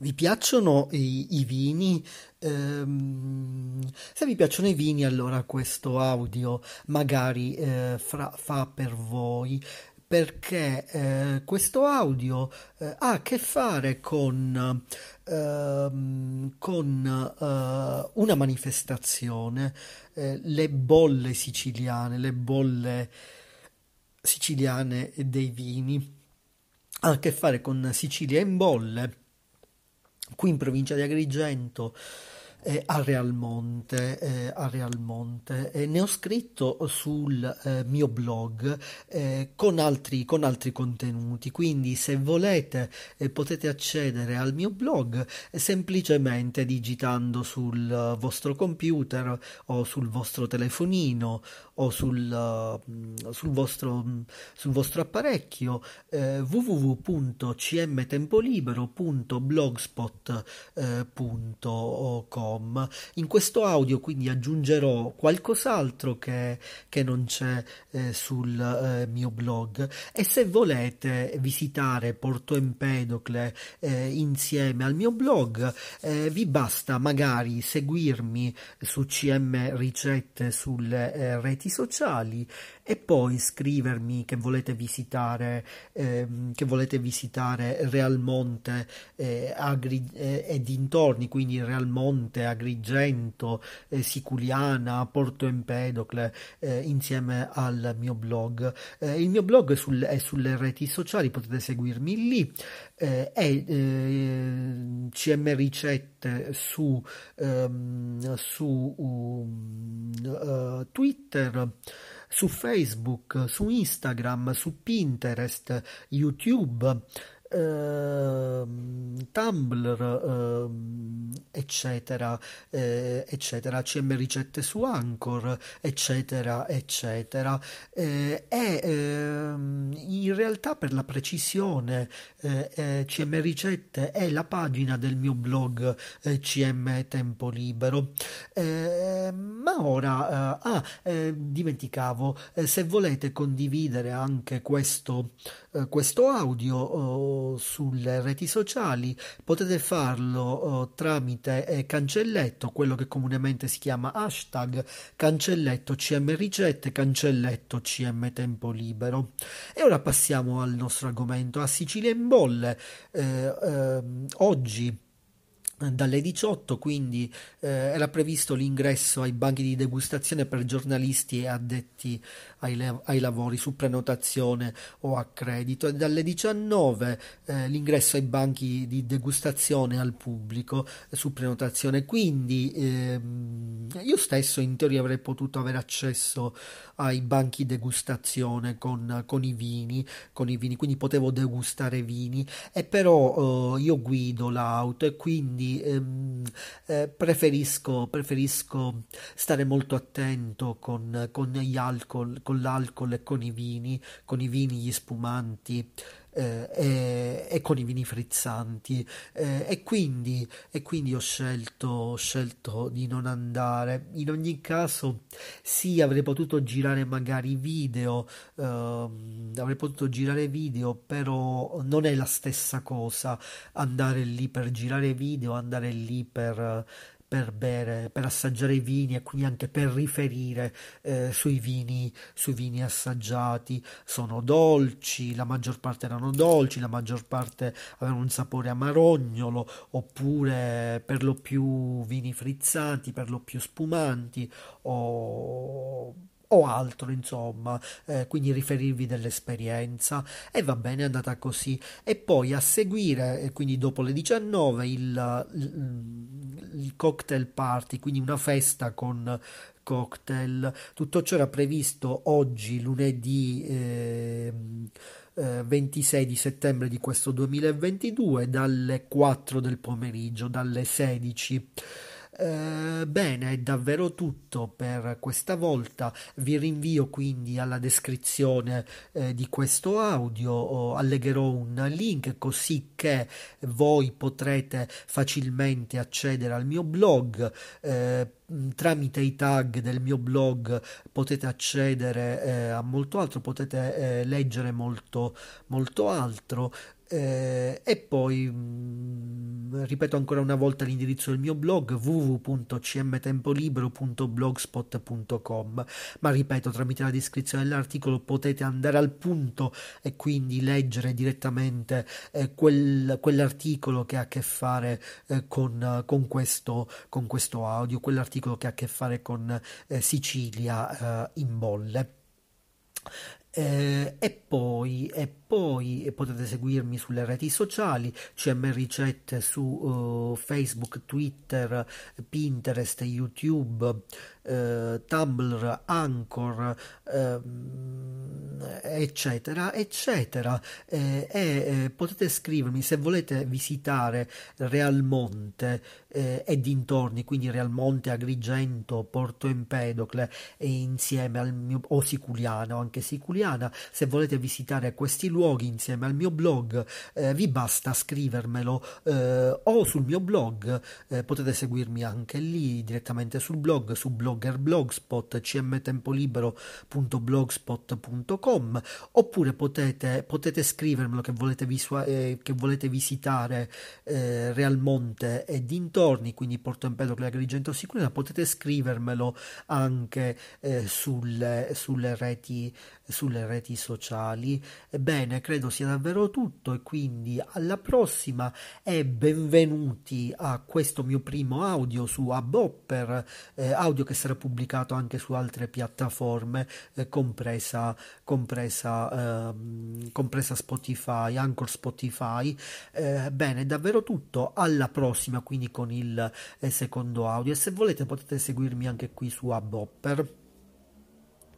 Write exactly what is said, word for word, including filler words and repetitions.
Vi piacciono i, i vini? Ehm, se vi piacciono i vini, allora questo audio magari eh, fra- fa per voi, perché eh, questo audio eh, ha a che fare con, ehm, con eh, una manifestazione, eh, le bolle siciliane, le bolle siciliane dei vini. Ha a che fare con Sicilia in bolle, qui in provincia di Agrigento, eh, a Realmonte, eh, a Realmonte. E ne ho scritto sul eh, mio blog eh, con altri, con altri contenuti, quindi se volete eh, potete accedere al mio blog eh, semplicemente digitando sul eh, vostro computer o sul vostro telefonino o sul, eh, mm, sul vostro, mm, sul vostro apparecchio, eh, w w w punto c m tempolibero punto blogspot punto com. In questo audio quindi aggiungerò qualcos'altro che, che non c'è eh, sul eh, mio blog, e se volete visitare Porto Empedocle eh, insieme al mio blog, eh, vi basta magari seguirmi su C M Ricette sulle eh, reti sociali e poi scrivermi che volete visitare, ehm, che volete visitare Realmonte eh, Agri- eh, e dintorni, quindi Realmonte, Agrigento, eh, Siculiana, Porto Empedocle, eh, insieme al mio blog. Eh, il mio blog è, sul- è sulle reti sociali, potete seguirmi lì. Eh, è eh, C M Ricette su, ehm, su um, eh, Twitter, su Facebook, su Instagram, su Pinterest, YouTube, ehm, Tumblr, ehm, eccetera, eh, eccetera, C M Ricette su Anchor, eccetera, eccetera. Eh, e ehm, in realtà, per la precisione, eh, eh, C M Ricette è la pagina del mio blog eh, C M Tempo Libero. Eh, ma ora, eh, ah, eh, dimenticavo, eh, se volete condividere anche questo, eh, questo audio oh, sulle reti sociali, potete farlo oh, tramite eh, cancelletto, quello che comunemente si chiama hashtag cancelletto C M Ricette, cancelletto C M Tempo Libero. E ora passiamo al nostro argomento, a Sicilia in bolle. Eh, ehm, oggi dalle diciotto, quindi eh, era previsto l'ingresso ai banchi di degustazione per giornalisti e addetti ai, le- ai lavori su prenotazione o a credito, e dalle diciannove eh, l'ingresso ai banchi di degustazione al pubblico eh, su prenotazione. Quindi ehm, io stesso in teoria avrei potuto avere accesso ai banchi degustazione con, con i vini, con i vini, quindi potevo degustare vini, e però eh, io guido l'auto e quindi ehm, eh, preferisco, preferisco stare molto attento con, con gli alcol, con l'alcol e con i vini, con i vini, gli spumanti. eh, e, e con i vini frizzanti, eh, e quindi, e quindi ho scelto, ho scelto di non andare. In ogni caso, sì, avrei potuto girare magari video, ehm, avrei potuto girare video, però non è la stessa cosa andare lì per girare video, andare lì per, per bere, per assaggiare i vini e quindi anche per riferire eh, sui vini, sui vini assaggiati. Sono dolci, la maggior parte erano dolci, la maggior parte avevano un sapore amarognolo, oppure per lo più vini frizzanti, per lo più spumanti o o altro, insomma, eh, quindi riferirvi dell'esperienza. E va bene, è andata così. E poi a seguire, eh, quindi dopo le diciannove, il, il, il cocktail party, quindi una festa con cocktail. Tutto ciò era previsto oggi, lunedì ehm, eh, ventisei di settembre di questo duemilaventidue, dalle quattro del pomeriggio, dalle sedici. Eh, bene, è davvero tutto per questa volta. Vi rinvio quindi alla descrizione eh, di questo audio, o allegherò un link così che voi potrete facilmente accedere al mio blog. Eh, tramite i tag del mio blog potete accedere eh, a molto altro, potete eh, leggere molto, molto altro. Eh, e poi, mm, ripeto ancora una volta l'indirizzo del mio blog w w w punto c m tempolibero punto blogspot punto com, ma ripeto, tramite la descrizione dell'articolo potete andare al punto e quindi leggere direttamente eh, quel, quell'articolo che ha a che fare eh, con, con, questo, con questo audio, quell'articolo che ha a che fare con eh, Sicilia eh, in bolle. Eh, e poi, e poi potete seguirmi sulle reti sociali, C M Ricette su eh, Facebook, Twitter, Pinterest, YouTube, eh, Tumblr, Anchor, ehm, eccetera, eccetera. Eh, e eh, potete scrivermi se volete visitare Realmonte eh, e dintorni, quindi Realmonte, Agrigento, Porto Empedocle e insieme al mio, o Siculiana o anche Siculiana, se volete visitare questi luoghi insieme al mio blog, eh, vi basta scrivermelo eh, o sul mio blog, eh, potete seguirmi anche lì direttamente sul blog, su Blogger Blogspot, c m tempolibero punto blogspot punto com, oppure potete, potete scrivermelo che volete, visua- eh, che volete visitare eh, Realmonte e dintorni, quindi Porto Empedocle, Agrigento, Siculiana, potete scrivermelo anche eh, sulle, sulle reti sulle reti sociali. Ebbene, credo sia davvero tutto e quindi alla prossima e benvenuti a questo mio primo audio su Hubhopper, eh, audio che sarà pubblicato anche su altre piattaforme, eh, compresa, compresa, ehm, compresa Spotify, Anchor Spotify. Eh, bene, davvero tutto, alla prossima quindi con il eh, secondo audio e se volete potete seguirmi anche qui su Hubhopper.